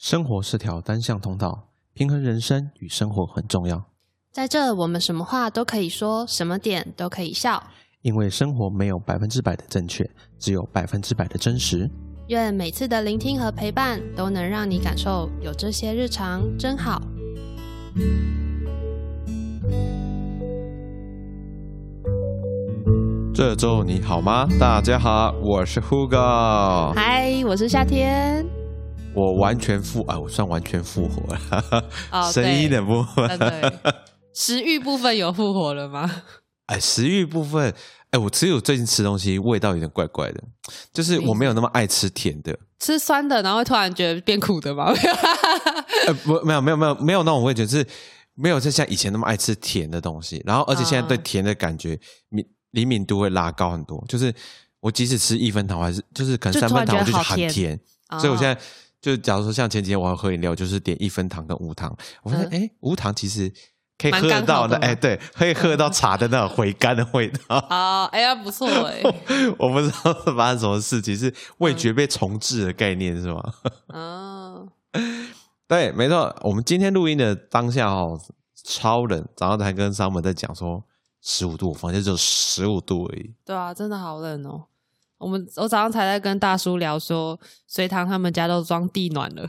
生活是条单向通道，平衡人生与生活很重要。 在这，我们什么话都可以说，什么点都可以笑。 因为生活没有100%的正确，只有100%的真实。 愿每次的聆听和陪伴，都能让你感受有这些日常真好。 这周你好吗？大家好，我是 Hugo。 嗨，我是夏天。 我完全我算完全复活了。 哦， 声音的部分， 对，食欲部分有复活了吗？ 食欲部分，我最近吃东西味道有点怪怪的，就是我没有那么爱吃甜的， 吃酸的，然后会突然觉得变苦的吗？ 没有那种味觉，就是没有像以前那么爱吃甜的东西，然后而且现在对甜的感觉灵敏度会拉高很多，就是我即使吃1分糖，我还是就是可能3分糖我就觉得很甜，所以我现在就假如说像前几天我要喝饮料，就是点1分糖跟无糖，我发现无糖其实可以喝得到的，对，可以喝得到茶的那种回甘的味道。 呀，不错我不知道发生什么事情，是味觉被重置的概念是吗？对，没错。我们今天录音的当下超冷，早上才跟Summer在讲说15度，我房间只有15度而已。 对啊，真的好冷哦。我早上才在跟大叔聊说，隋唐他们家都装地暖了。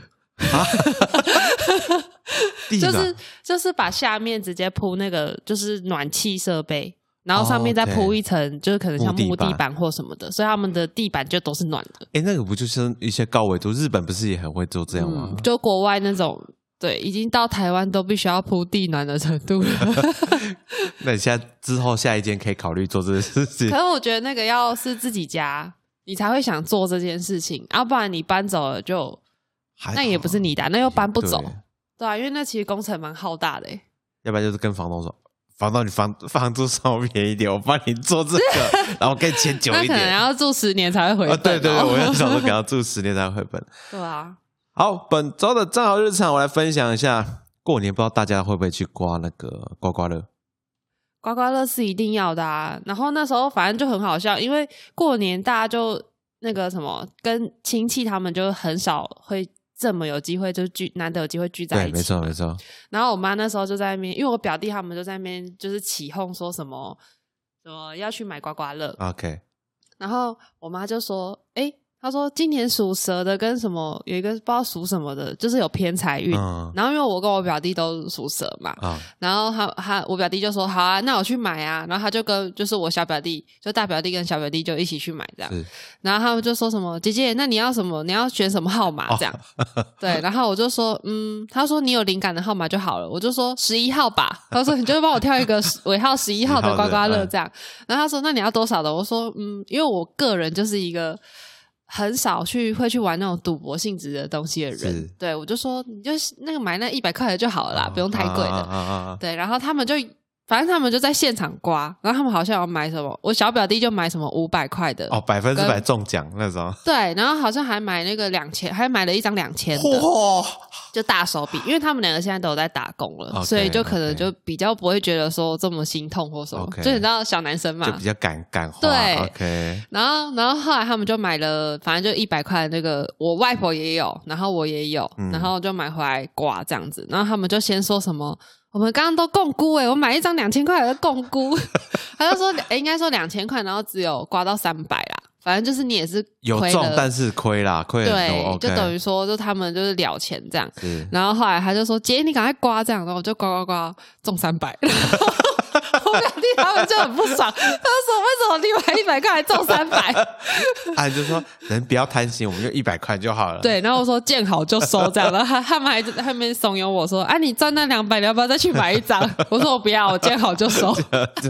地暖就是把下面直接铺那个就是暖气设备，然后上面再铺一层就是可能像木地板或什么的，所以他们的地板就都是暖的。 那个不就是一些高纬度，日本不是也很会做这样吗？ 就国外那种，对，已经到台湾都必须要铺地暖的程度了。 那你现在之后下一间可以考虑做这件事情。 可是我觉得那个要是自己家你才会想做这件事情，不然你搬走了就那也不是你的，那又搬不走。对啊，因为那其实工程蛮浩大的。 要不然就是跟房东说，房东你房租稍微便宜一点，我帮你做这个，然后可以签久一点。 那可能要住10年才会回本。 对，我要想说给他住10年才会回本。 对啊。 好，本周的正好日常我来分享一下，过年不知道大家会不会去刮那个刮刮乐。 刮刮乐是一定要的啊，然后那时候反正就很好笑，因为过年大家就那个什么跟亲戚他们就很少会这么有机会，就难得有机会聚在一起。 对，没错。 然后我妈那时候就在那边，因为我表弟他们就在那边就是起哄说什么要去买刮刮乐。 OK。 然后我妈就说他说今年属蛇的跟什么有一个不知道属什么的，就是有偏财运。然后因为我跟我表弟都属蛇嘛，然后我表弟就说好啊，那我去买啊。然后他就跟就是我小表弟，就大表弟跟小表弟就一起去买这样。然后他们就说什么姐姐，那你要什么？你要选什么号码这样？对，然后我就说他说你有灵感的号码就好了。我就说11号吧。他说你就帮我挑一个尾号11号的刮刮乐这样。然后他说那你要多少的？我说因为我个人就是一个很少会去玩那种赌博性质的东西的人，对，我就说你就那个买那100块的就好了啦，不用太贵的。对，然后他们就在现场刮，然后他们好像要买什么，我小表弟就买什么500块的 100%中奖那种。 对，然后好像还买那个2000，还买了一张2000的，就大手笔，因为他们2个现在都有在打工了，所以就可能就比较不会觉得说这么心痛或什么，就你知道小男生嘛， 就比较敢花。 对 ，OK。 然后后来他们就买了，反正就100块的那个，我外婆也有，然后我也有，然后就买回来刮这样子。然后他们就先说什么，我们刚刚都共估我买一张2000块的共估，他就说应该说2000块，然后只有刮到300啦。反正就是你也是有中，但是亏啦，亏很多。 对，就等于说，就他们就是了钱这样。然后后来他就说：“姐，你赶快刮这样。”然后我就刮中300。我表弟他们就很不爽，他说：“为什么你买100块还中300？” 就说人不要贪心，我们就100块就好了。 对，然后我说见好就收这样，然后他们还在后面怂恿我说：“你赚那200，你要不要再去买一张？”我说：“我不要，我见好就收。”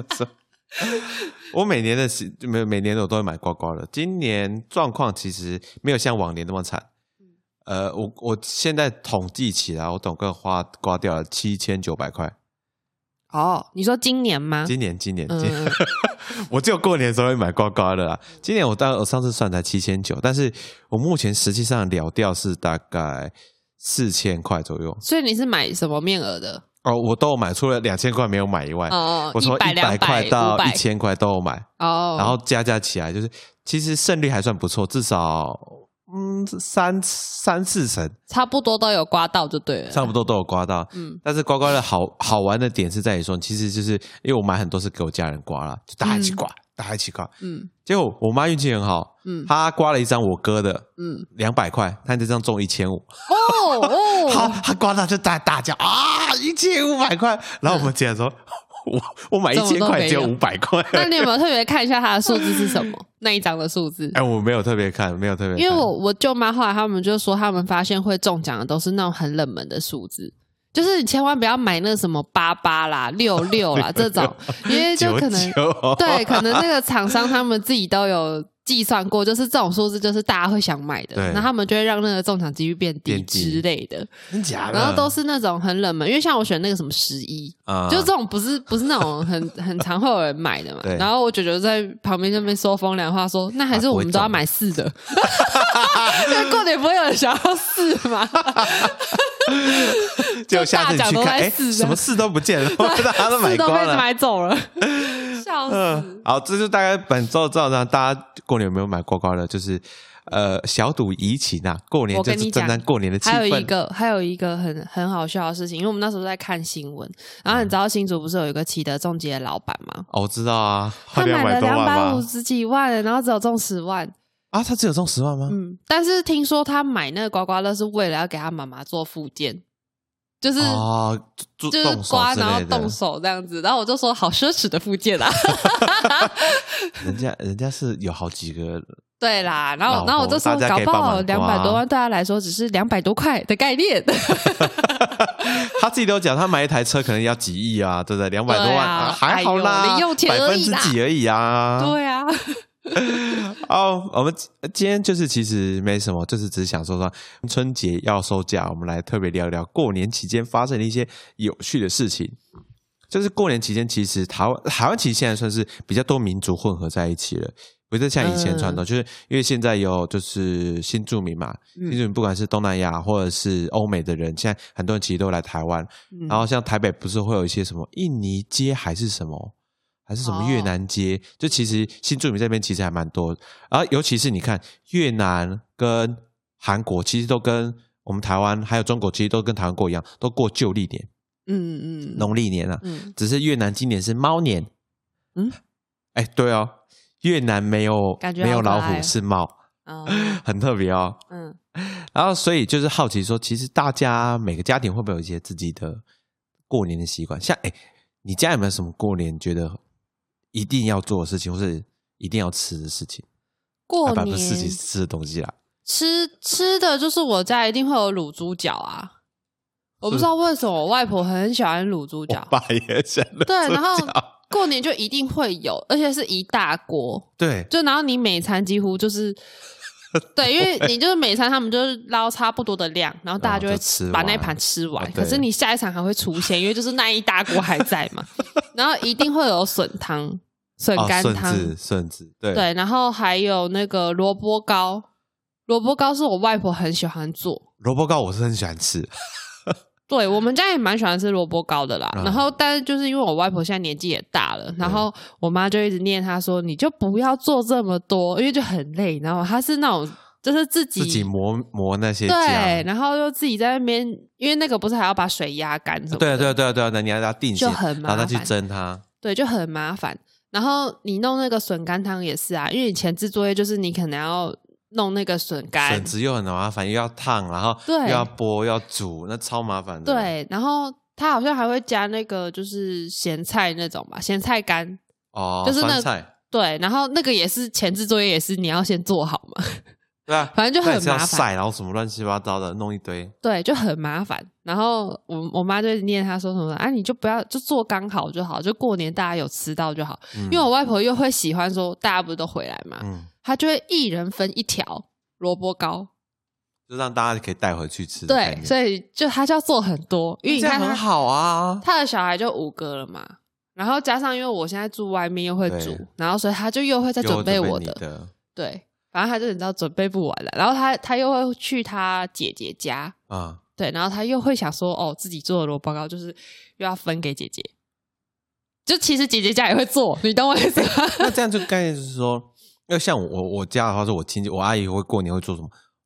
我每年我都会买刮刮乐，今年状况其实没有像往年那么惨。我现在统计起来，我总共刮掉了7900块。 你说今年吗？ 今年，我只有过年的时候会买刮刮乐啊。今年我上次算才7900，但是我目前实际上了掉是大概4000块左右。 所以你是买什么面额的？ 我都有买，除了2000块没有买以外，我从100块到1000块都有买。然后加起来就是，其实胜率还算不错，至少 3-4成， 差不多都有刮到就对了， 差不多都有刮到。但是刮刮乐好玩的点是在于说，其实就是因为我买很多是给我家人刮啦，就大家一起刮，大家一起刮。结果我妈运气很好，她刮了一张我哥的，200块，她这张中1500。她刮到就大叫啊，1500块，然后我们姐说。我买1000块只有500块。 那你有没有特别看一下它的数字是什么？那一张的数字？ 我没有特别看， 因为我舅妈后来他们就说，他们发现会中奖的都是那种很冷门的数字，就是你千万不要买那什么88啦、66啦这种，因为就可能对，可能那个厂商他们自己都有计算过，就是这种数字就是大家会想买的，然后他们就会让那个中奖几率变低之类的。 真假的？ 然后都是那种很冷门，因为像我选那个什么11，就这种不是那种很常会有人买的嘛。然后我舅舅在旁边那边说风凉话说，那还是我们都要买4的，因为过年不会有人想要4嘛。 就下次你去看，什么4都不见了，大家都买光了， 都被买走了。笑死！ 好，这就大概本周照上，大家过年有没有买刮刮乐？就是小赌怡情啊，过年就是增加过年的气氛。 还有一个很好笑的事情，因为我们那时候在看新闻，然后你知道新竹不是有一个启德重疾的老板吗？ 我知道啊， 他买了250几万，然后只有中10万啊，他只有中10万吗？ 但是听说他买那个刮刮乐是为了要给他妈妈做复健。就是就是刮然后动手这样子，然后我就说好奢侈的附件啊。 人家是有好几个， 对啦，然后我就说搞不好200多万对他来说只是200多块的概念。 他自己都讲，他买一台车可能要几亿啊，对不对？200多万还好啦， 零用钱而已啦 ，几%而已啊。 对啊。 我们今天就是其实没什么，就是只是想说春节要收假，我们来特别聊聊过年期间发生的一些有趣的事情。就是过年期间，其实台湾其实现在算是比较多民族混合在一起了，不是像以前传统，就是因为现在有就是新住民嘛，新住民不管是东南亚或者是欧美的人，现在很多人其实都来台湾，然后像台北不是会有一些什么印尼街还是什么越南街，就其实新住民这边其实还蛮多的，然后尤其是你看越南跟韩国其实都跟我们台湾还有中国其实都跟台湾过一样，都过旧历年，农历年啊，只是越南今年是猫年，对哦，越南没有老虎是猫，很特别哦，然后所以就是好奇说，其实大家每个家庭会不会有一些自己的过年的习惯？像你家有没有什么过年觉得一定要做的事情，或是一定要吃的事情？ 过年不是吃的东西啦， 吃的就是我家一定会有卤猪脚啊。我不知道为什么我外婆很喜欢卤猪脚， 我爸也喜欢卤猪脚。 对，然后过年就一定会有，而且是一大锅。 对， 就然后你每餐几乎就是对，因为你就是每餐他们就是捞差不多的量，然后大家就会把那一盘吃完。可是你下一场还会出现，因为就是那一大锅还在嘛。然后一定会有笋汤、笋干汤、 笋子， 对，然后还有那个萝卜糕。萝卜糕是我外婆很喜欢做， 萝卜糕我是很喜欢吃。 对，我们家也蛮喜欢吃萝卜糕的啦。然后但是就是因为我外婆现在年纪也大了，然后我妈就一直念她说，你就不要做这么多，因为就很累。然后她是那种就是自己磨那些酱， 对， 然后又自己在那边，因为那个不是还要把水压干什么的， 对，你要定型， 就很麻烦， 然后再去蒸它， 对，就很麻烦。然后你弄那个笋干汤也是啊，因为你前置作业就是你可能要弄那个笋干， 笋子又很麻烦，又要烫，然后又要剥，要煮，那超麻烦的。 对，然后它好像还会加那个就是咸菜那种吧，咸菜干就是那酸菜。 对，然后那个也是前置作业，也是你要先做好嘛。 对啊， 反正就很麻烦， 晒，然后什么乱七八糟的弄一堆， 对，就很麻烦。然后我妈就念她说什么你就不要就做刚好就好，就过年大家有吃到就好。因为我外婆又会喜欢说大家不是都回来嘛，她就会一人分一条萝卜糕， 就让大家可以带回去吃。 对，所以就她就要做很多，因为你看这样很好啊。 她的小孩就5个了嘛，然后加上因为我现在住外面又会煮，然后所以她就又会再准备我的，对。反正他就你知道准备不完了，然后他又会去他姐姐家对，然后他又会想说自己做的萝卜糕就是又要分给姐姐，就其实姐姐家也会做，你懂我意思吗？ 那这样就概念就是说，因为像我家的话，是我亲戚我阿姨会过年会做什么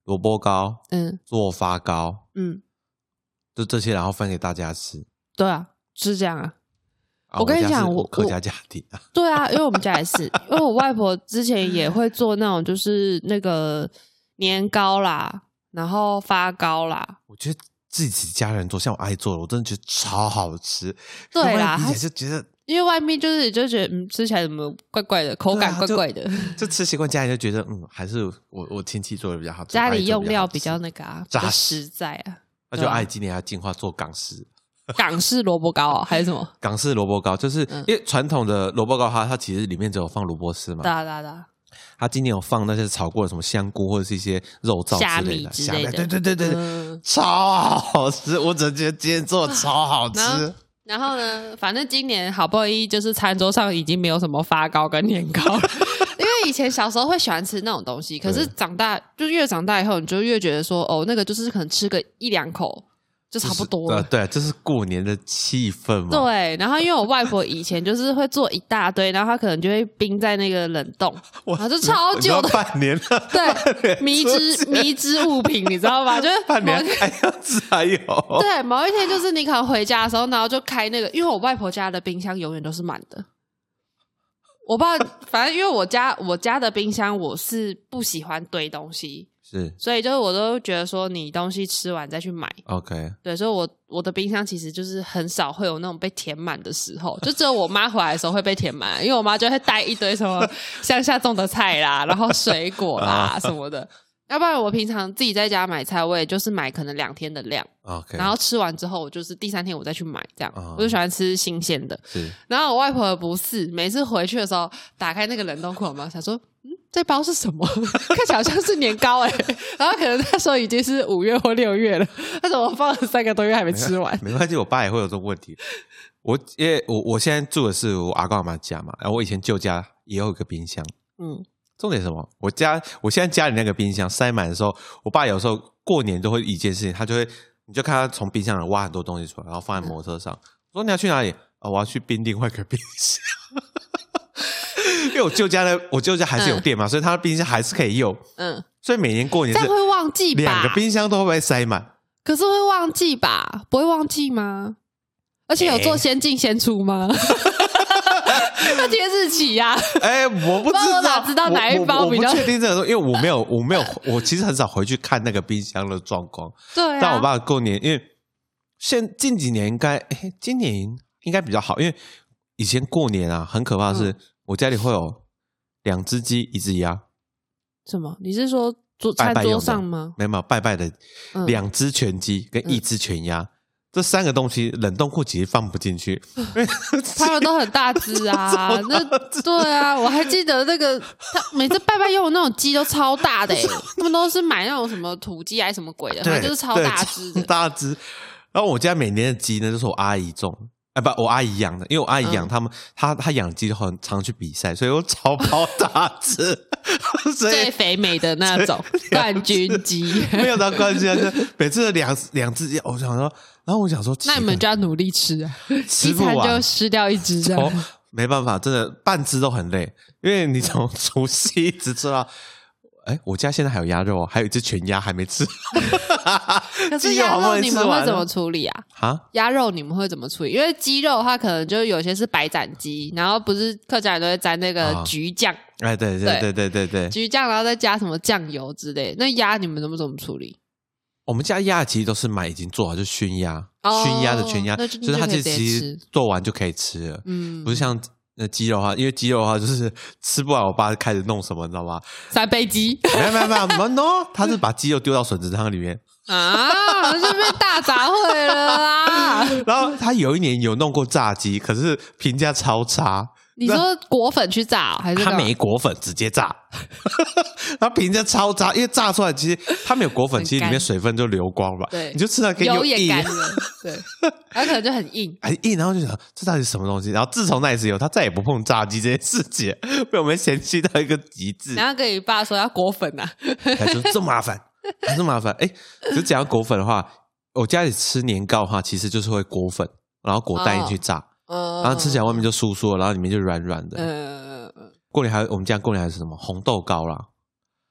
萝卜糕，做发糕，就这些，然后分给大家吃。 对啊，是这样啊。我跟你讲， 我客家家庭啊。 对啊，因为我们家也是，因为我外婆之前也会做那种就是那个年糕啦，然后发糕啦。 我觉得自己家人做，像我阿姨做的，我真的觉得超好吃。 对啦， 而且就觉得， 因为外面就觉得吃起来怎么怪怪的，口感怪怪的。 就吃习惯家里就觉得还是我亲戚做的比较好吃， 家里用料比较那个比较实在啊。 那就阿姨今年要进化做港式。 港式萝卜糕啊，还是什么？ 港式萝卜糕就是因为传统的萝卜糕它其实里面只有放萝卜丝嘛。 对。 它今年有放那些炒过的什么香菇或者是一些肉燥之类的。 虾米之类的。 对，超好吃！我只觉得今天做的超好吃。 然后呢，反正今年好不容易就是餐桌上已经没有什么发糕跟年糕了。因为以前小时候会喜欢吃那种东西，可是长大就越长大以后，你就越觉得说那个就是可能吃个1-2口。就差不多了， 对，这是过年的气氛嘛。 对，然后因为我外婆以前就是会做一大堆，然后她可能就会冰在那个冷冻，然后就超久的半年了。 对，迷之物品，你知道吗？就是半年还有。 对，某一天就是你可能回家的时候，然后就开那个，因为我外婆家的冰箱永远都是满的。我不知道，反正因为我家的冰箱我是不喜欢堆东西。 是， 所以就是我都觉得说你东西吃完再去买 OK。 对，所以我的冰箱其实就是很少会有那种被填满的时候，就只有我妈回来的时候会被填满，因为我妈就会带一堆什么乡下种的菜啦，然后水果啦什么的。要不然我平常自己在家买菜，我也就是买可能2天的量 OK， 然后吃完之后我就是第3天我再去买，这样我就喜欢吃新鲜的。 是， 然后我外婆不是，每次回去的时候打开那个冷冻库，我妈想说这包是什么？看起来好像是年糕然后可能那时候已经是5月或6月了，但是我放了3个多月还没吃完。 没关系，我爸也会有这个问题。因为我现在住的是我阿公阿妈家嘛，然后我以前旧家也有一个冰箱。重点是什么？我现在家里那个冰箱塞满的时候，我爸有时候过年都会一件事情，他就会你就看他从冰箱里挖很多东西出来，然后放在摩托车上。我说你要去哪里？我要去冰另外一个冰箱。因为我旧家还是有电嘛，所以他的冰箱还是可以用。所以每年过年是这样会忘记吧？ 2个冰箱都会被塞满。 可是会忘记吧？不会忘记吗？而且有做先进先出吗？要贴日期呀。 我不知道， 我哪知道哪一包比较？ 我不确定这个东西，因为我其实很少回去看那个冰箱的状况。 对啊。 但我爸过年，因为近几年今年应该比较好，因为以前过年啊，很可怕的是，我家里会有2只鸡1只鸭。 什么？你是说餐桌上吗？ 没有，拜拜的2只全鸡跟1只全鸭。这3个东西冷冻库其实放不进去， 他们都很大只啊。对啊，我还记得那个他每次拜拜用的那种鸡都超大的他们都是买那种什么土鸡还是什么鬼的，反正就是超大只的。 大只。然后我家每年的鸡呢，就是我阿姨种。我阿姨养的，因为我阿姨养他们，她养鸡很常去比赛，所以我超包大只， 最肥美的那种冠军鸡， 没有到冠军，就每次两只鸡，我想说，然后我想说， 那你们就要努力吃啊， 吃不完一餐就失掉1只这样。 没办法，真的半只都很累，因为你从除夕一直吃到。我家现在还有鸭肉，还有1只全鸭还没吃。 可是鸭肉你们会怎么处理啊？鸭肉你们会怎么处理？因为鸡肉的话，可能就有些是白斩鸡，然后不是客家人都会沾那个橘酱。 对， 橘酱，然后再加什么酱油之类。那鸭你们怎么处理？ 我们家鸭其实都是买已经做好，就熏鸭，熏鸭的全鸭，就是它其实做完就可以吃了。不是像。那鸡肉的话，因为鸡肉的话就是吃不完，我爸开始弄什么，你知道吗 ？3杯鸡？ 没有，他是把鸡肉丢到笋子汤里面啊，是被大杂烩了啦。 然后他有一年有弄过炸鸡，可是评价超差。 你说裹粉去炸还是？ 他没裹粉，直接炸。他评价超差，因为炸出来其实他没有裹粉，其实里面水分就流光了。 对， 你就吃到跟油也干了。对，他可能就很硬， 很硬，然后就想这到底是什么东西？然后自从那一次以后，他再也不碰炸鸡这件事情，被我们嫌弃到一个极致。 然后跟你爸说要裹粉啊， 他说这么麻烦，还是麻烦。就讲到裹粉的话，我家里吃年糕的话，其实就是会裹粉，然后裹蛋液去炸。然后吃起来外面就酥酥的，然后里面就软软的。过年我们家过年还是什么红豆糕啦，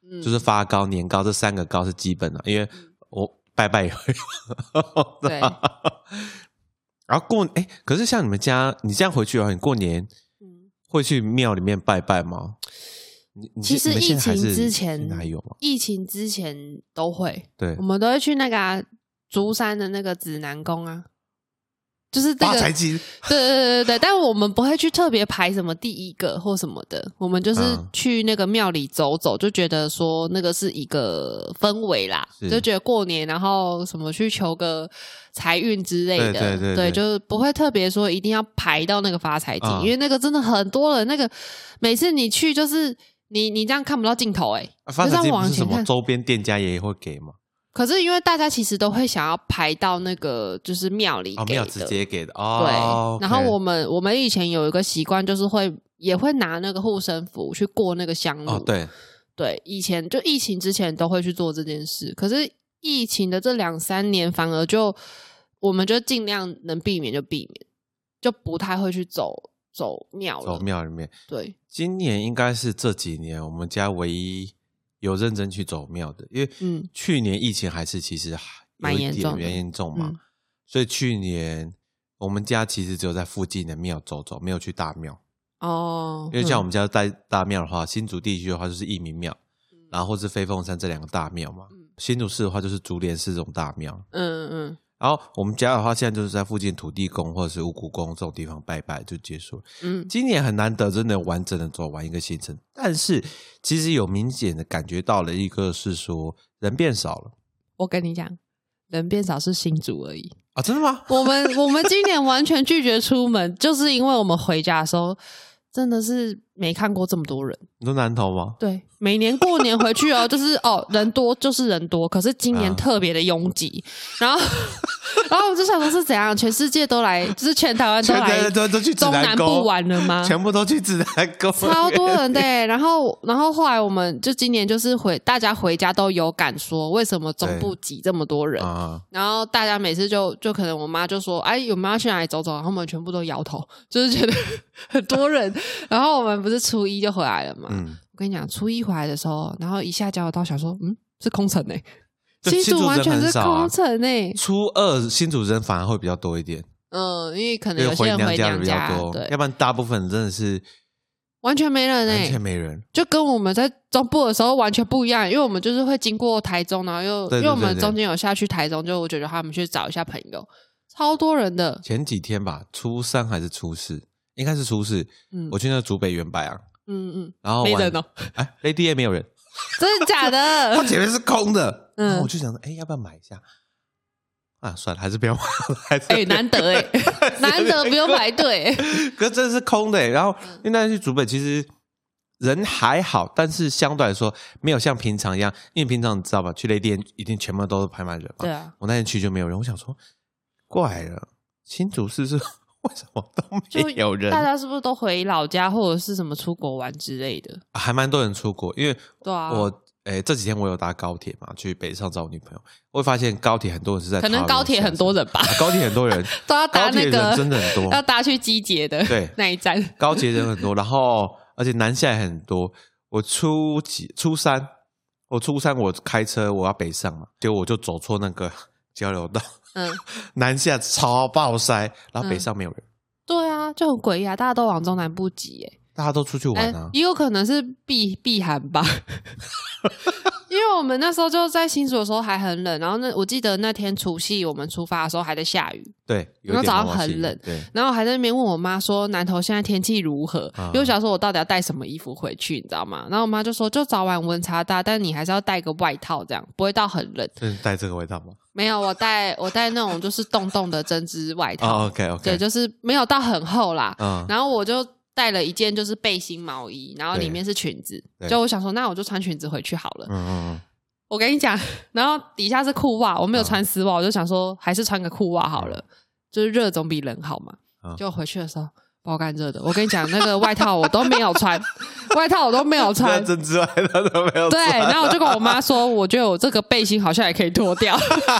就是发糕、年糕这3个糕是基本的，因为我拜拜也会有。 对。 然后可是像你们家，你这样回去的话，你过年会去庙里面拜拜吗？ 其实疫情之前还有吗？ 疫情之前都会， 对， 我们都会去那个竹山的那个指南宫啊，就是这个发财金。 对，但我们不会去特别排什么第一个或什么的，我们就是去那个庙里走走，就觉得说那个是一个氛围啦，就觉得过年然后什么去求个财运之类的，对，就是不会特别说一定要排到那个发财金，因为那个真的很多人，那个每次你去就是你这样看不到尽头发财金不是什么周边店家也会给吗？ 可是因为大家其实都会想要排到那个就是庙里给的， 庙直接给的对。然后我们以前有一个习惯，就是也会拿那个护身符去过那个香炉。对，以前就疫情之前都会去做这件事，可是疫情的这2-3年，反而我们就尽量能避免就避免，就不太会去走庙了。 走庙里面， 对。 今年应该是这几年我们家唯一有认真去走庙的，因为去年疫情还是其实蛮严重嘛，所以去年我们家其实只有在附近的庙走走，没有去大庙。因为像我们家在大庙的话，新竹地区的话就是义民庙，然后或是飞凤山这2个大庙嘛，新竹市的话就是竹联寺这种大庙。然后我们家的话，现在就是在附近土地公或者是五谷宫这种地方拜拜就结束了。今年很难得真的完整的走完一个行程，但是其实有明显的感觉到了一个是说人变少了。 我跟你讲，人变少是新竹而已啊，真的吗？ 我们今年完全拒绝出门，就是因为我们回家的时候真的是没看过这么多人。 你说南投吗？ 对，每年过年回去就是人多就是人多，可是今年特别的拥挤，然后我就想说是怎样，全世界都来，就是全台湾都来都去中南部玩了吗？ 全部都去指南宫， 超多人的然后后来我们就今年就是大家回家都有感说为什么中部挤这么多人，然后大家每次就可能我妈就说有没有要去哪里走走，然后我们全部都摇头，就是觉得很多人。然后我们不是初1就回来了嘛，我跟你讲初1回来的时候，然后一下交流道想说是空城新竹完全是空城初2新竹人反而会比较多一点， 因为可能有些人回娘家比较多， 对， 要不然大部分真的是完全没人完全没人， 就跟我们在中部的时候完全不一样，因为我们就是会经过台中，然后因为我们中间有下去台中，就我觉得他们去找一下朋友，超多人的。 前几天吧，初3还是初4，应该是初4，我去那个竹北园摆啊，然后没人 Lady A 没有人。 真的假的？ 它前面是空的，然后我就想说，要不要买一下？算了，还是不要买了。 难得难得不用排队。 可是真的是空的然后因为那天去竹北，其实人还好，但是相对来说没有像平常一样，因为平常你知道吧，去雷店一定全部都是排满人嘛。 对啊， 我那天去就没有人，我想说，怪了，新竹市是为什么都没有人？ 大家是不是都回老家或者是什么出国玩之类的？ 还蛮多人出国，因为我这几天我有搭高铁嘛，去北上找我女朋友，我会发现高铁很多人是在可能高铁很多人吧， 高铁很多人都要搭那个真的很多， 要搭去基捷的那一站， 高铁人很多，然后而且南下也很多。我初三我开车我要北上嘛，结果我就走错那个交流道。南下超爆塞，然后北上没有人。 对啊，就很诡异啊，大家都往中南部挤大家都出去玩啊。 也有可能是避寒吧。因为我们那时候就在新竹的时候还很冷，然后我记得那天除夕我们出发的时候还在下雨， 对， 然后早上很冷， 对， 然后还在那边问我妈说南投现在天气如何，因为我想说我到底要带什么衣服回去，你知道吗？然后我妈就说就早晚温差大，但你还是要带个外套，这样不会到很冷。 你带这个外套吗？ 没有，我带那种就是洞洞的针织外套。 OK， 对，就是没有到很厚啦。然后我就带了一件就是背心毛衣，然后里面是裙子，就我想说那我就穿裙子回去好了。我跟你讲，然后底下是裤袜，我没有穿丝袜，我就想说还是穿个裤袜好了，就是热总比冷好嘛。就回去的时候爆干热的，我跟你讲，那个外套我都没有穿，外套我都没有穿， 针织外套都没有穿。 对，然后我就跟我妈说，我觉得我这个背心好像也可以脱掉，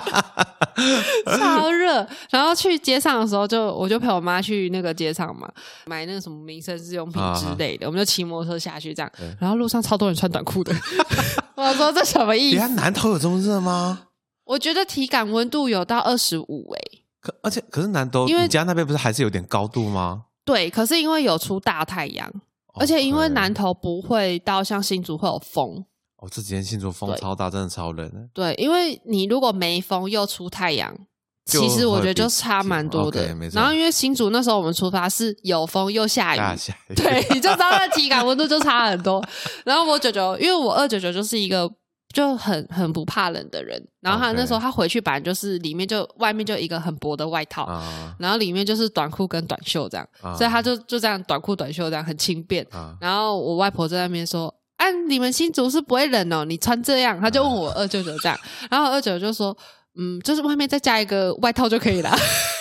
超热。然后去街上的时候我就陪我妈去那个街上嘛，买那个什么民生日用品之类的，我们就骑摩托车下去这样，然后路上超多人穿短裤的。 我说这什么意思？ 原来南投有这么热吗？ 我觉得体感温度有到25 可是南投你家那边不是还是有点高度吗？ 对，可是因为有出大太阳，而且因为南投不会到像新竹会有风。 这几天新竹风超大，真的超冷的。 对，因为你如果没风又出太阳，其实我觉得就差蛮多的。然后因为新竹那时候我们出发是有风又下雨，对，你就知道那体感温度就差很多。然后我舅舅，因为我二舅舅就是一个就很不怕冷的人，然后他那时候他回去本来就是里面就外面就一个很薄的外套，然后里面就是短裤跟短袖这样，所以他就这样短裤短袖这样很轻便。然后我外婆在那边说你们新竹是不会冷哦，你穿这样，他就问我二舅舅这样，然后二舅舅就说就是外面再加一个外套就可以了。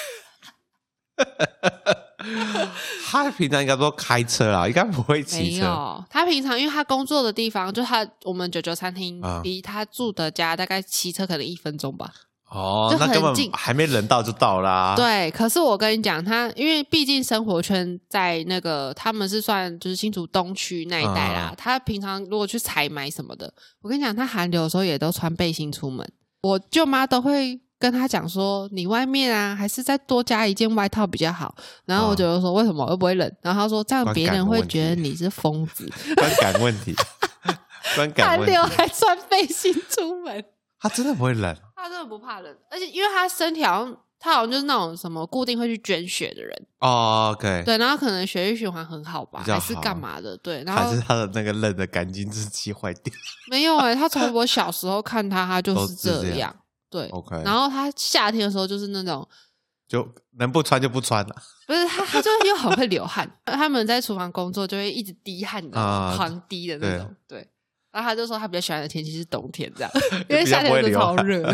他平常应该都开车啦，应该不会骑车。 没有，他平常因为他工作的地方就我们九九餐厅离他住的家大概骑车可能1分钟吧。 那根本还没人到就到啦。 对，可是我跟你讲，他因为毕竟生活圈在那个他们是算就是新竹东区那一带啦，他平常如果去采买什么的，我跟你讲，他寒流的时候也都穿背心出门。我舅妈都会跟他讲说，你外面啊还是再多加一件外套比较好。然后我舅舅说为什么会不会冷？然后他说这样别人会觉得你是疯子。 观感问题。观感问题。 寒流还穿背心出门， 他真的不会冷？ 他真的不怕冷，而且因为他身体他好像就是那种什么固定会去捐血的人。 OK。 对，然后可能血液循环很好吧，还是干嘛的？对，然后还是他的那个冷的感情之气坏掉。 没有他从我小时候看他就是这样。对 OK。 然后他夏天的时候就是那种就能不穿就不穿了。 不是他就又很会流汗。他们在厨房工作就会一直滴汗的，狂滴的那种。对。然后他就说他比较喜欢的天气是冬天这样，因为夏天真的超热。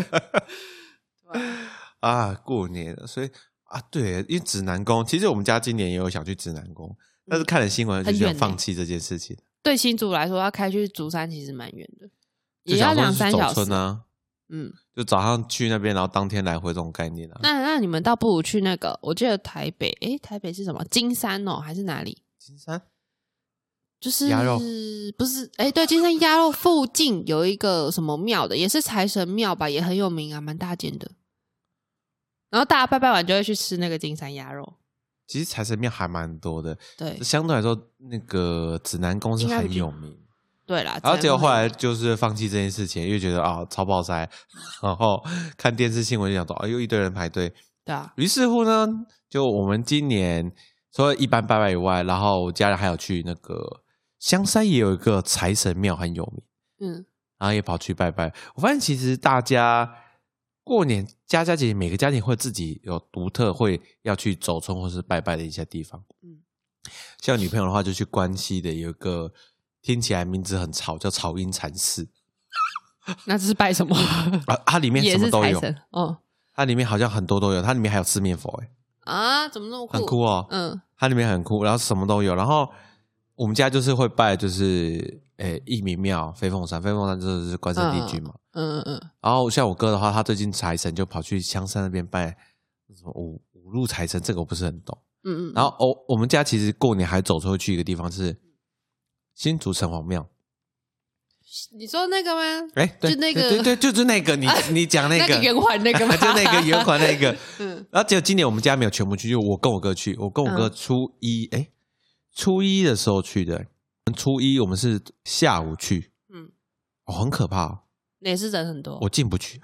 过年了，所以对，因为指南宫，其实我们家今年也有想去指南宫，但是看了新闻就想放弃这件事情。 对新竹来说，要开去竹山其实蛮远的，也要2-3小时啊。就早上去那边，然后当天来回这种概念啊。 那你们倒不如去那个，我记得台北是什么金山还是哪里？ 金山就是鸭肉不是对，金山鸭肉附近有一个什么庙的，也是财神庙吧，也很有名啊，蛮大间的。然后大家拜拜完就会去吃那个金山鸭肉。 其实财神庙还蛮多的， 对， 相对来说那个指南宫是很有名。 对啦， 然后结果后来就是放弃这件事情，因为觉得超爆塞，然后看电视新闻就想说又一堆人排队。 对啊。 于是乎呢，就我们今年除了一般拜拜以外，然后家人还有去那个香山也有一个财神庙很有名，然后也跑去拜拜。我发现其实大家过年家家节每个家庭会自己有独特会要去走村或是拜拜的一些地方。像女朋友的话就去关西的有一个听起来名字很潮叫草阴禅寺。 那这是拜什么？ 它里面什么都有。 也是财神它里面好像很多都有，它里面还有四面佛怎么那么酷？ 很酷哦。它里面很酷，然后什么都有。然后我们家就是会拜就是义民庙飞凤山就是关圣帝君嘛。然后像我哥的话，他最近财神就跑去香山那边拜什么五路财神，这个我不是很懂。然后我们家其实过年还走出去一个地方是新竹城隍庙。 你说那个吗？ 对， 就那个， 对，就是那个，你讲那个那个圆环那个吗？ 就那个圆环那个。然后结果今年我们家没有全部去，就我跟我哥去。我跟我哥初一的时候去的。初一我们是下午去。很可怕。 也是人很多， 我进不去。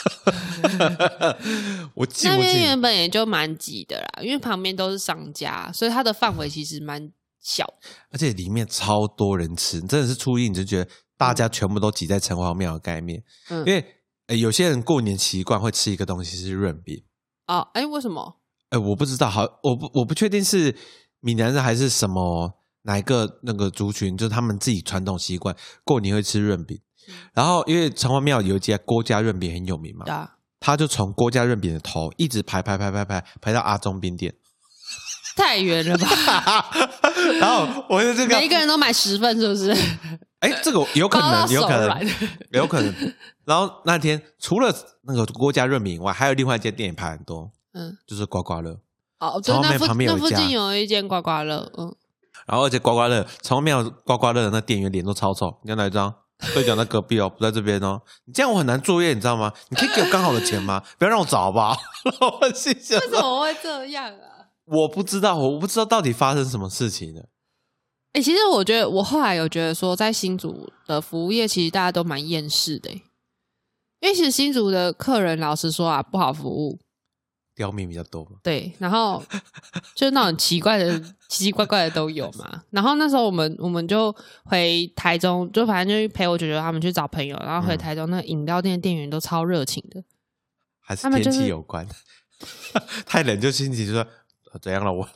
我进不去。 那边原本也就蛮挤的啦，因为旁边都是商家，所以它的范围其实蛮小的， 而且里面超多人吃，真的是初一你就觉得大家全部都挤在城隍庙的概念。因为有些人过年习惯会吃一个东西是润饼。 为什么？ 我不知道，我不确定是闽南人还是什么哪一个那个族群，就是他们自己传统习惯过年会吃润饼。然后因为城隍庙有一家郭家润饼很有名嘛，他就从郭家润饼的头一直排到阿中冰店。 太远了吧。 然后我就这个每一个人都买10份是不是？ 这个有可能。然后那天除了那个郭家润饼以外，还有另外一间店也排很多，就是刮刮乐。 对，那附近有一间刮刮乐。 然后而且刮刮乐城隍庙刮刮乐的那店员脸都超臭，你要哪一张？ 队长在隔壁哦，不在这边哦。你这样我很难作业，你知道吗？你可以给我刚好的钱吗？不要让我找好不好？我心想为什么会这样啊？ 我不知道到底发生什么事情了。 其实我觉得我后来有觉得说，在新竹的服务业，其实大家都蛮厌世的。因为其实新竹的客人老实说啊，不好服务， 刁民比较多嘛。 对，然后就那种奇怪的奇奇怪怪的都有嘛。然后那时候我们就回台中，就反正就陪我舅舅他们去找朋友，然后回台中那个饮料店的店员都超热情的。 还是天气有关，太冷就心情就说怎样了我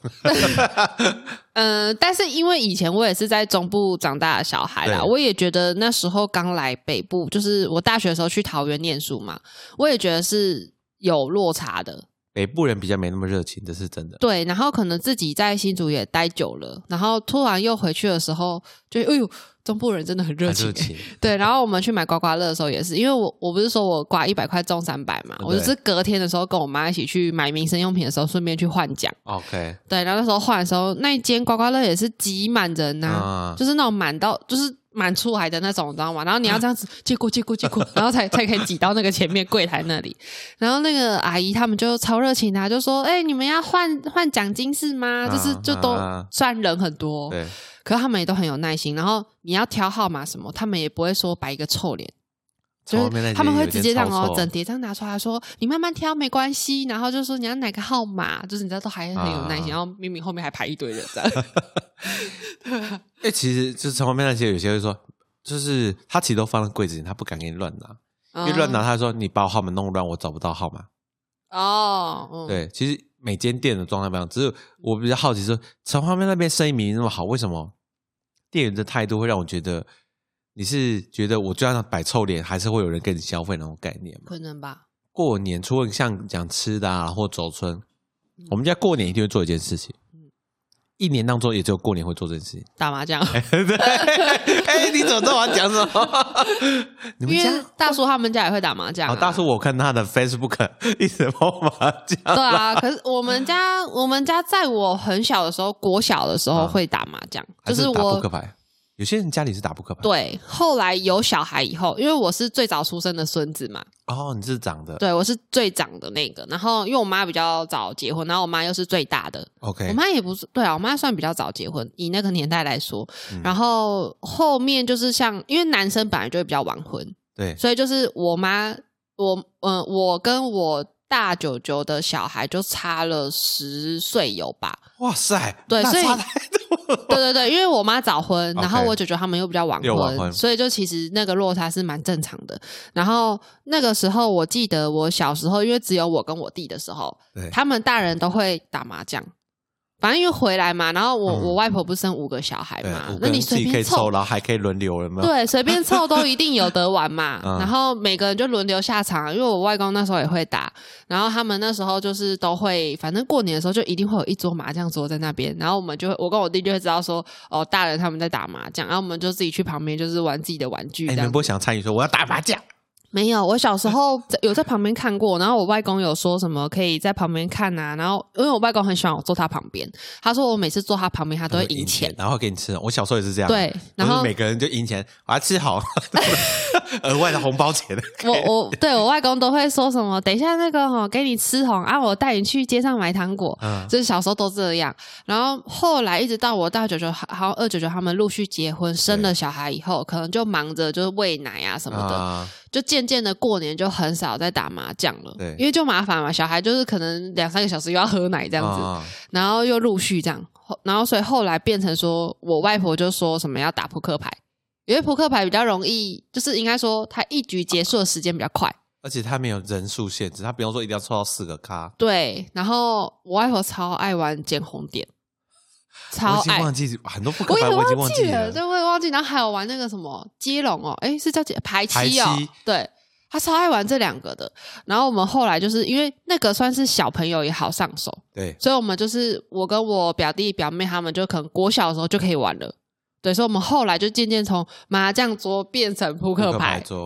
但是因为以前我也是在中部长大的小孩啦，我也觉得那时候刚来北部，就是我大学的时候去桃园念书嘛，我也觉得是有落差的。 北部人比较没那么热情，这是真的。 对，然后可能自己在新竹也待久了，然后突然又回去的时候就哎呦，中部人真的很热情。对，然后我们去买刮刮乐的时候也是，因为我不是说我刮100块中300嘛，我就是隔天的时候跟我妈一起去买民生用品的时候顺便去换奖。 OK。对， 然后那时候换的时候，那一间刮刮乐也是挤满人啊，就是那种满到就是满出来的那种，你知道吗？然后你要这样子借过，然后才可以挤到那个前面柜台那里。然后那个阿姨他们就超热情的，就说：“你们要换奖金是吗？”就都虽然人很多，对，可是他们也都很有耐心。然后你要挑号码什么，他们也不会说摆一个臭脸。就是他们会直接这样整叠这样拿出来说你慢慢挑没关系，然后就说你要哪个号码，就是你知道都还很有耐心，然后明明后面还排一堆人这样。 对，其实就是从后面那些有些会说，就是他其实都放在柜子里，他不敢给你乱拿，因为乱拿他说你把我号码弄乱，我找不到号码。对，其实每间店的状态不一样，只是我比较好奇说，从后面那边生意明明那么好，为什么店员的态度会让我觉得？你是觉得我就算摆臭脸还是会有人跟你消费那种概念吗？ 可能吧。过年除了像讲吃的啊或走春，我们家过年一定会做一件事情，一年当中也只有过年会做这件事情， 打麻将。 对，你怎么知道我要讲什么？你们家因为大叔他们家也会打麻将大叔我看他的 Facebook 一直跑麻将。 对啊，可是我们家在我很小的时候，国小的时候会打麻将，就是打扑克牌。有些人家里是打扑克牌。 对，后来有小孩以后，因为我是最早出生的孙子嘛。 你是长的。 对，我是最长的那个。然后因为我妈比较早结婚，然后我妈又是最大的。 OK。 我妈也不是，对啊，我妈算比较早结婚，以那个年代来说。然后后面就是像，因为男生本来就会比较晚婚， 对， 所以就是我妈，我跟我大舅舅的小孩就差了10岁有吧。 哇塞， 对，所以差太多了。 对，因为我妈早婚，然后我舅舅他们又比较晚婚，所以就其实那个落差是蛮正常的。然后那个时候我记得我小时候，因为只有我跟我弟的时候，他们大人都会打麻将。反正因为回来嘛，然后我外婆不是生5个小孩嘛，那你随便凑， 然后还可以轮流，有没有？ 对，随便凑都一定有得玩嘛。然后每个人就轮流下场，因为我外公那时候也会打，然后他们那时候就是都会，反正过年的时候就一定会有一桌麻将桌在那边，然后我跟我弟就会知道说，大人他们在打麻将，然后我们就自己去旁边就是玩自己的玩具。 你们不想参与说我要打麻将？ 没有，我小时候有在旁边看过，然后我外公有说什么可以在旁边看啊，然后因为我外公很喜欢我坐他旁边，他说我每次坐他旁边他都会赢钱， 然后给你吃。我小时候也是这样， 对，然后每个人就赢钱，把它吃好，额外的红包钱。 我外公都会说什么，等一下那个给你吃啊，我带你去街上买糖果，就是小时候都这样。然后后来一直到我大舅舅还有二舅舅他们陆续结婚生了小孩以后，可能就忙着就是喂奶啊什么的，就渐渐的过年就很少在打麻将了，对，因为就麻烦嘛，小孩就是可能2-3个小时又要喝奶这样子，然后又陆续这样，然后所以后来变成说我外婆就说什么要打扑克牌，因为扑克牌比较容易，就是应该说它一局结束的时间比较快， 而且它没有人数限制，它不用说一定要抽到4个咖。 对，然后我外婆超爱玩捡红点，超爱， 我已经忘记很多扑克牌，我已经忘记了， 对，我也忘记。然后还有玩那个什么接龙是叫排七哦，对，他超爱玩这2个的。然后我们后来就是因为那个算是小朋友也好上手， 对， 所以我们就是我跟我表弟表妹他们就可能国小的时候就可以玩了，对，所以我们后来就渐渐从麻将桌变成扑克牌桌。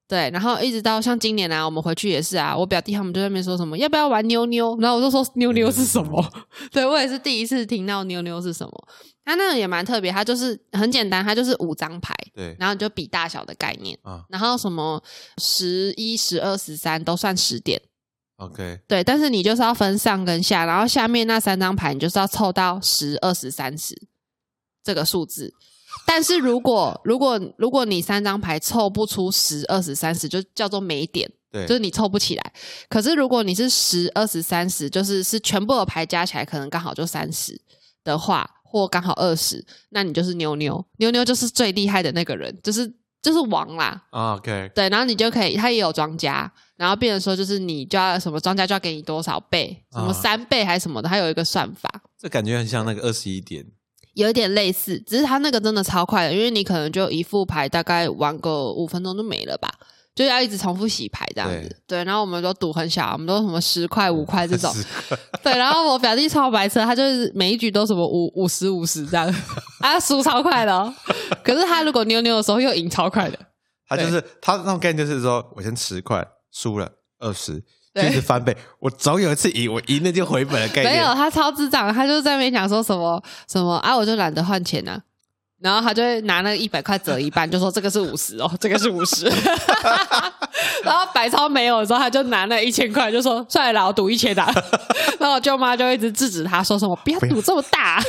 对，然后一直到像今年啊，我们回去也是啊，我表弟他们就在那边说什么要不要玩妞妞，然后我就说妞妞是什么？对，我也是第一次听到妞妞是什么。它那个也蛮特别，它就是很简单，它就是5张牌， 对， 然后你就比大小的概念，然后什么11、12、13都算10点。 OK， 对，但是你就是要分上跟下，然后下面那3张牌你就是要凑到10、20、30这个数字。但是如果你3张牌凑不出10、20、30，就叫做没点， 对， 就是你凑不起来。可是如果你是10、20、30，就是全部的牌加起来可能刚好就30的话，或刚好20，那你就是妞妞。妞妞就是最厉害的那个人，就是王啦。 OK， 对，然后你就可以，他也有庄家，然后变成说就是你就要什么庄家就要给你多少倍，什么3倍还是什么的，它有一个算法。 这感觉很像那个21点。 有一点类似，只是他那个真的超快的，因为你可能就一副牌大概玩个5分钟就没了吧，就要一直重复洗牌这样子。对，然后我们都赌很小，我们都什么10块、5块这种。对，然后我表弟超白痴，他就是每一局都什么50这样，他输超快的哦。可是他如果妞妞的时候又赢超快的， 他就是他那种概念就是说我先10块输了20。就是翻倍，我总有一次赢，我赢了就回本的概念。 没有，他超智障，他就在那边讲说什么啊，我就懒得换钱啊，然后他就会拿那个100块折一半，就说这个是50哦，这个是50，然后百超没有的时候，他就拿那1000块，就说算了啦，我赌1000啊，然后我舅妈就一直制止他说什么不要赌这么大。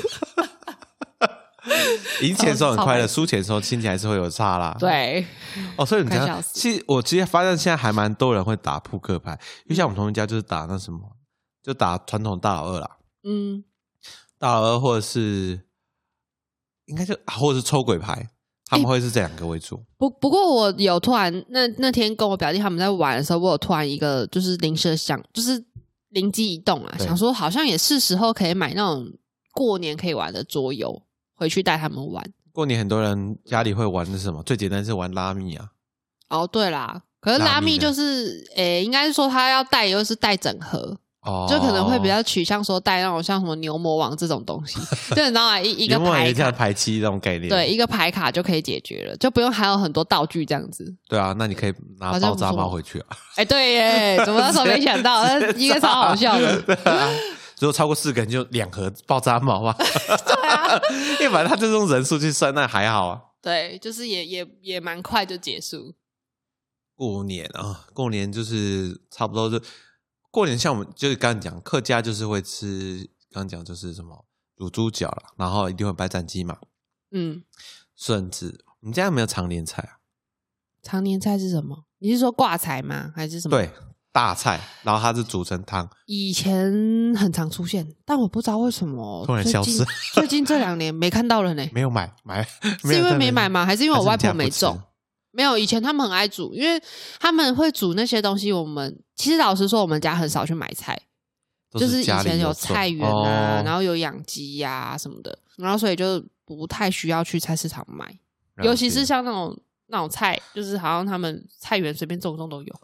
赢钱的时候很快乐，输钱的时候心情还是会有差啦。 对， 所以你看，我其实发现现在还蛮多人会打扑克牌，因为像我们同学家就是打那什么，就打传统大老二啦，大老二或者是应该或者是抽鬼牌，他们会是这2个为主。 不过我有突然那天跟我表弟他们在玩的时候，我有突然一个就是临时想，就是灵机一动啊，想说好像也是时候可以买那种过年可以玩的桌游。回去带他们玩。 过年很多人家里会玩的是什么？最简单是玩拉密啊。 哦，对啦，可是拉密就是应该是说他要带又是带整盒，就可能会比较取向说带那种像什么牛魔王这种东西，就你知道吗？一个牌卡牌七这种概念， 对，一个牌卡就可以解决了，就不用还有很多道具这样子。 对啊，那你可以拿爆炸猫回去啊。 对耶，怎么那时候没想到？一个超好笑的。 如果超过4个人就2盒爆炸猫啊。 对啊， 因为反正他就是用人数去算，那还好啊。 对，就是也蛮快就结束。 过年啊，过年就是差不多就过年，像我们就是刚刚讲客家就是会吃，刚刚讲就是什么卤猪脚啦，然后一定会白斩鸡嘛，笋子。你们家有没有常年菜啊？ 常年菜是什么？你是说挂菜吗？还是什么？ 对。大菜，然后它是煮成汤。 以前很常出现，但我不知道为什么突然消失。 最近这2年没看到了呢。 没有买， 是因为没买吗？还是因为我外婆没种？没有，以前他们很爱煮，因为他们会煮那些东西。我们其实老实说，我们家很少去买菜，就是以前有菜园啊，然后有养鸡呀什么的，然后所以就不太需要去菜市场买，尤其是像那种菜，就是好像他们菜园随便种都有。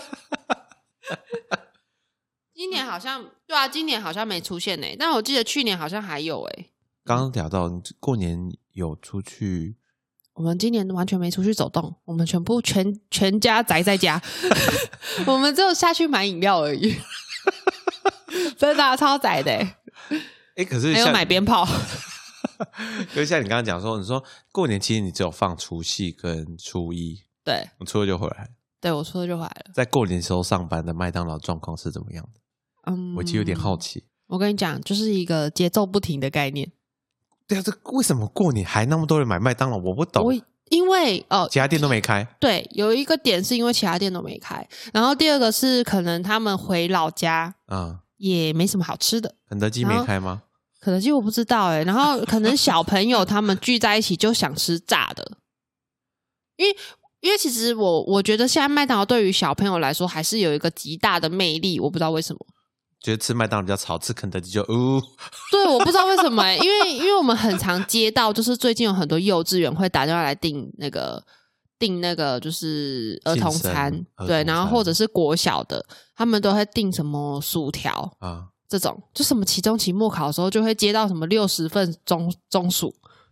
今年好像对啊，今年好像没出现欸，但我记得去年好像还有欸。 刚刚聊到过年有出去， 我们今年完全没出去走动，我们全部全家宅在家，我们只有下去买饮料而已，真的超宅的欸。 可是还有买鞭炮。 可是像你刚刚讲说，你说过年其实你只有放除夕跟初一， 对， 我初二就回来了。 对，我初二就回来了。在过年时候上班的麦当劳状况是怎么样的？我其实有点好奇。 我跟你讲，就是一个节奏不停的概念。 对啊，这为什么过年还那么多人买麦当劳？我不懂。 因为其他店都没开。 对，有一个点是因为其他店都没开，然后第二个是可能他们回老家也没什么好吃的。 肯德基没开吗？ 肯德基我不知道然后可能小朋友他们聚在一起就想吃炸的，因为其实我觉得现在麦当劳对于小朋友来说还是有一个极大的魅力，我不知道为什么。 觉得吃麦当劳比较吵，吃肯德基就对，我不知道为什么因为我们很常接到，就是最近有很多幼稚园会打电话来订那个就是儿童餐，对，然后或者是国小的，他们都会订什么薯条这种，就什么期中期末考的时候就会接到什么60份中薯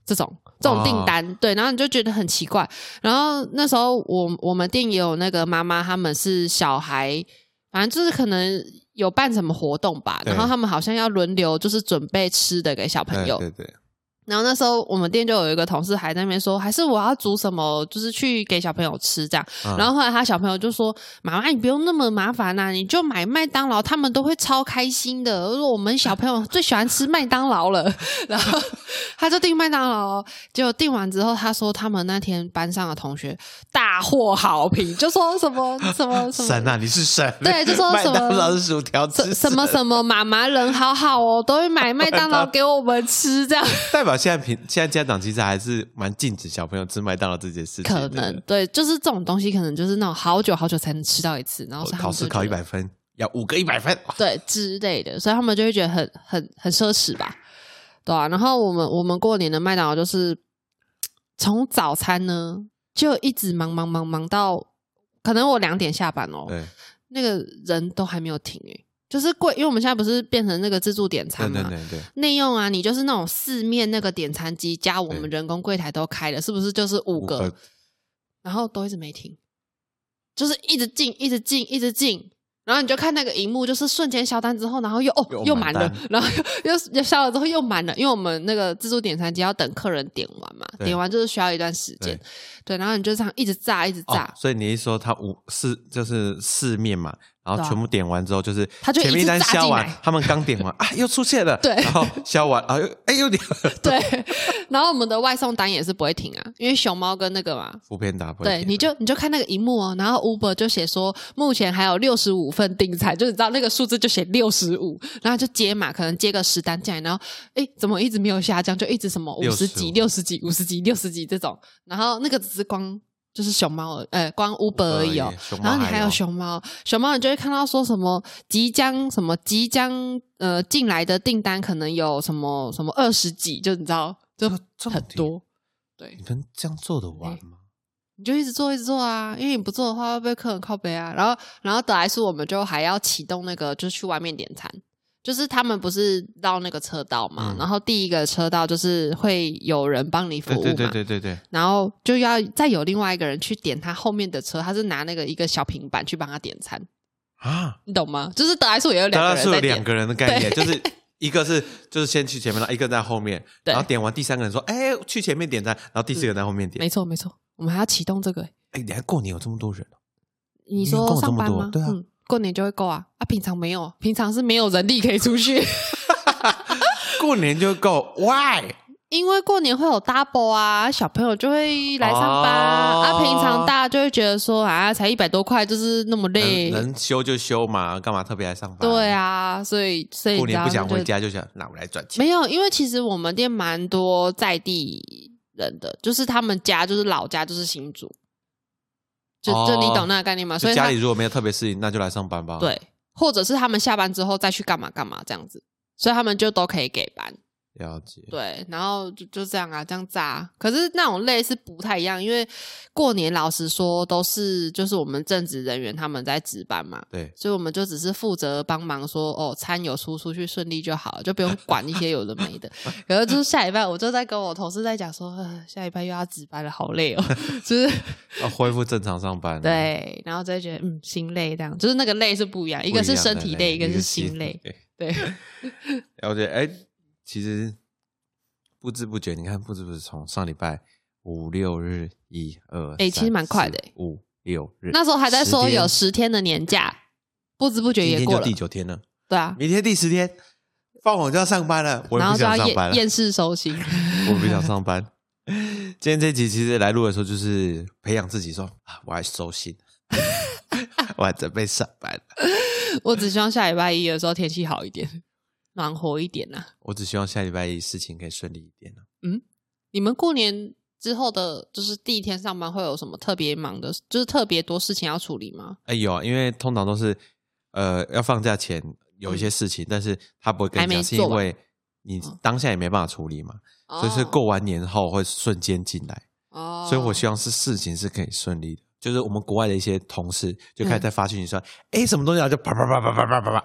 这种订单，对，然后你就觉得很奇怪。然后那时候我们店也有那个妈妈，他们是小孩，反正就是可能有办什么活动吧，然后他们好像要轮流就是准备吃的给小朋友。 对对对。 然后那时候我们店就有一个同事还在那边说，还是我要煮什么，就是去给小朋友吃这样。然后后来他小朋友就说：“妈妈，你不用那么麻烦啊，你就买麦当劳，他们都会超开心的。我们小朋友最喜欢吃麦当劳了。”然后他就订麦当劳，结果订完之后，他说他们那天班上的同学大获好评，就说什么神啊，你是神， 对，就说什么麦当劳是薯条吃什么妈妈人好好哦，都会买麦当劳给我们吃这样。 代表现在家长其实还是蛮禁止小朋友吃麦当劳这件事情， 可能对，就是这种东西可能就是那种好久才能吃到一次，然后考试考100分要5个100分， 对之类的，所以他们就会觉得很奢侈吧，对啊。然后我们过年的麦当劳就是从早餐呢就一直忙到可能我2点下班哦，对，那个人都还没有停就是贵，因为我们现在不是变成那个自助点餐嘛，对，内用啊，你就是那种4面那个点餐机加我们人工柜台都开了，是不是就是5个？然后都一直没停，就是一直进，然后你就看那个荧幕，就是瞬间消单之后，然后又满了，然后又消了之后又满了，因为我们那个自助点餐机要等客人点完嘛，点完就是需要一段时间，对，然后你就这样一直炸， 所以你一说它就是4面嘛。然后全部点完之后，就是前面一单销完，他们刚点完啊，又出现了， 对， 然后销完啊，又点了， 对。然后我们的外送单也是不会停啊，因为熊猫跟那个嘛 ，Foodpanda不会对，你就看那个荧幕哦，然后 Uber 就写说目前还有65份订餐，就你知道那个数字就写65，然后就接嘛，可能接个10单进来，然后怎么一直没有下降，就一直什么50几、60几、50几、60几这种，然后那个只是光。就是熊猫光 Uber 而已哦，然后你还有熊猫你就会看到说什么即将进来的订单可能有什么20几，就你知道就很多，对， 你能这样做得完吗？ 你就一直做啊，因为你不做的话会被客人靠北啊。然后得来速我们就还要启动那个，就是去外面点餐。就是他们不是绕那个车道嘛，然后第一个车道就是会有人帮你服务嘛， 对， 然后就要再有另外一个人去点他后面的车，他是拿那个一个小平板去帮他点餐啊，你懂吗？就是得来速也有2个人在点，得来速有 2个人的概念，就是一个就是先去前面，一个在后面，然后点完第3个人说去前面点餐，然后第4个人在后面点， 没错，我们还要启动这个你还过年有这么多人你说上班吗？ 对啊。 过年就会够啊，平常没有，平常是没有人力可以出去。 过年就够 ，Why？ 因为过年会有 double 啊，小朋友就会来上班平常大家就会觉得说才100多块，就是那么累， 能休就休嘛，干嘛特别来上班？ 对啊，所以过年不想回家就想，那我来赚钱。 没有，因为其实我们店蛮多在地人的，就是他们家就是老家就是新竹。就你懂那个概念吗？所以家里如果没有特别事情，那就来上班吧。 对，或者是他们下班之后再去干嘛这样子，所以他们就都可以给班。 了解。 对，然后就这样这样炸。可是那种累是不太一样，因为过年老实说都是就是我们正职人员他们在值班嘛， 对， 所以我们就只是负责帮忙说餐有出去顺利就好了，就不用管一些有的没的。可是就是下礼拜我就在跟我同事在讲说，下礼拜又要值班了，好累哦，就是要恢复正常上班。 对，然后就会觉得心累，这样就是那个累是不一样，一个是身体累，一个是心累。对， 了解。其实不知不觉，你看，不知不觉从上礼拜5、6日1、2、3， 其实蛮快的 ，5、6日， 那时候还在说有10天的年假，不知不觉也过了， 今天就第9天了， 对啊， 明天第10天，放网就要上班了，我也不想上班了， 厌世收心， 我不想上班。今天这集其实来录的时候，就是培养自己说我还收心，我还准备上班了。 我只希望下礼拜1的时候天气好一点。暖和一点啊！ 我只希望下礼拜1事情可以顺利一点你们过年之后的就是第1天上班会有什么特别忙的，就是特别多事情要处理吗？ 有啊，因为通常都是要放假前有一些事情，但是他不会跟你讲，是因为你当下也没办法处理嘛，所以是过完年后会瞬间进来。所以我希望是事情是可以顺利的。就是我们国外的一些同事就开始在发讯息说，什么东西就啪啪啪啪啪啪啪啪。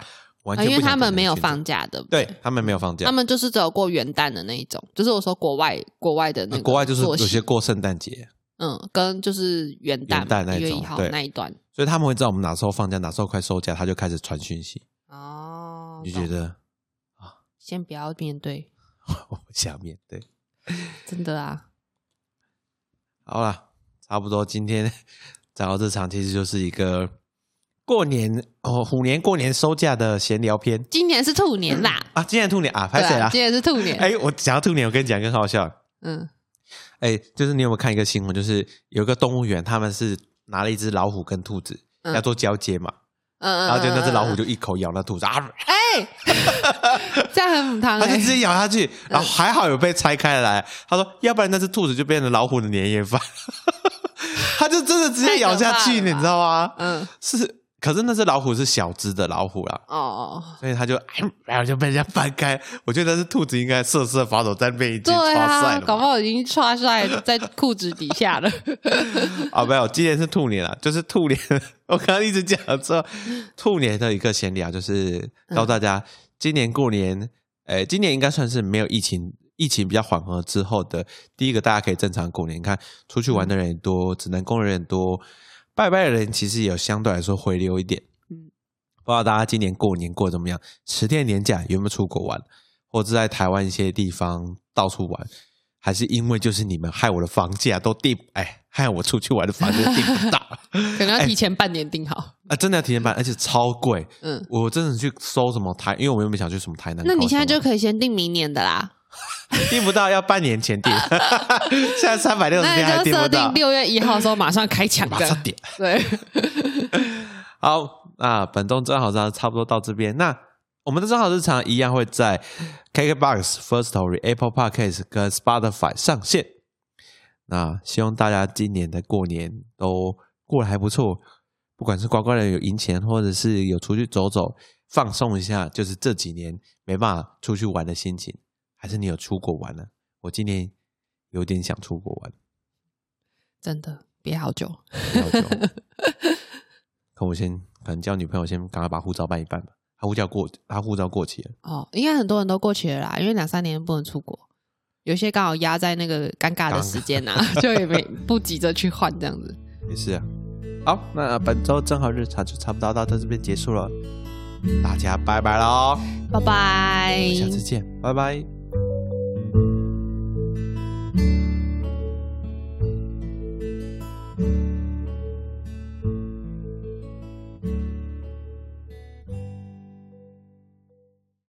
完全不想因为他们没有放假的， 对，他们没有放假， 他们就是只有过元旦的那一种，就是我说国外的那个， 国外就是有些过圣诞节， 跟就是元旦1月1号那一段， 所以他们会知道我们哪时候放假，哪时候快收假，他就开始传讯息。你觉得先不要面对， 我不想面对， 真的啊。 好啦，差不多今天讲到这场，其实就是一个过年虎年过年收假的闲聊篇。 今年是兔年啦， 今年兔年啊，拍谁啦？ 今年是兔年。 我讲到兔年，我跟你讲更好笑。就是你有没有看一个新闻？就是有一个动物园，他们是拿了一只老虎跟兔子要做交接嘛，然后就那只老虎就一口咬那兔子这样很母汤， 他就直接咬下去，然后还好有被拆开来。他说，要不然那只兔子就变成老虎的年夜饭。他就真的直接咬下去，你知道吗？可是那只老虎是小只的老虎啦，所以他就被人家翻开。我觉得那只兔子应该瑟瑟发抖，在那边已经刷帅了， 搞不好已经刷帅在裤子底下了。 没有，今年是兔年啦，就是兔年。我刚刚一直讲说兔年的一个闲聊，就是告诉大家，今年过年，今年应该算是没有疫情比较缓和之后的第一个，大家可以正常过年。你看出去玩的人也多，指南宫的人也多，拜拜的人其实也有相对来说回流一点。不知道大家今年过年过得怎么样？10天年假有没有出国玩，或者在台湾一些地方到处玩？还是因为就是你们害我的房价都害我出去玩的房价订不到， 可能要提前半年订好真的要提前半，而且超贵。我真的去搜什么因为我原本想去什么台南， 那你现在就可以先订明年的啦。 订不到要半年前订，现在360天还订不到。那就设定 6月1号的时候马上开抢， 马上点。 对， 好，那本周正好差不多到这边。那我们的正好日常一样会在 KKBOX、Firstory、Apple Podcast 跟 Spotify 上线。那希望大家今年的过年都过得还不错，不管是乖乖的有赢钱，或者是有出去走走放松一下，就是这几年没办法出去玩的心情，还是你有出国玩了？我今年有点想出国玩， 真的憋好久。 可能叫女朋友先赶快把护照办一办吧。他护照过期了。 应该很多人都过期了啦，因为2-3年不能出国，有些刚好压在那个尴尬的时间就也不急着去换这样子。 也是啊。好，那本周正好日常就差不多到这边结束了，大家拜拜咯， 拜拜， 下次见，拜拜。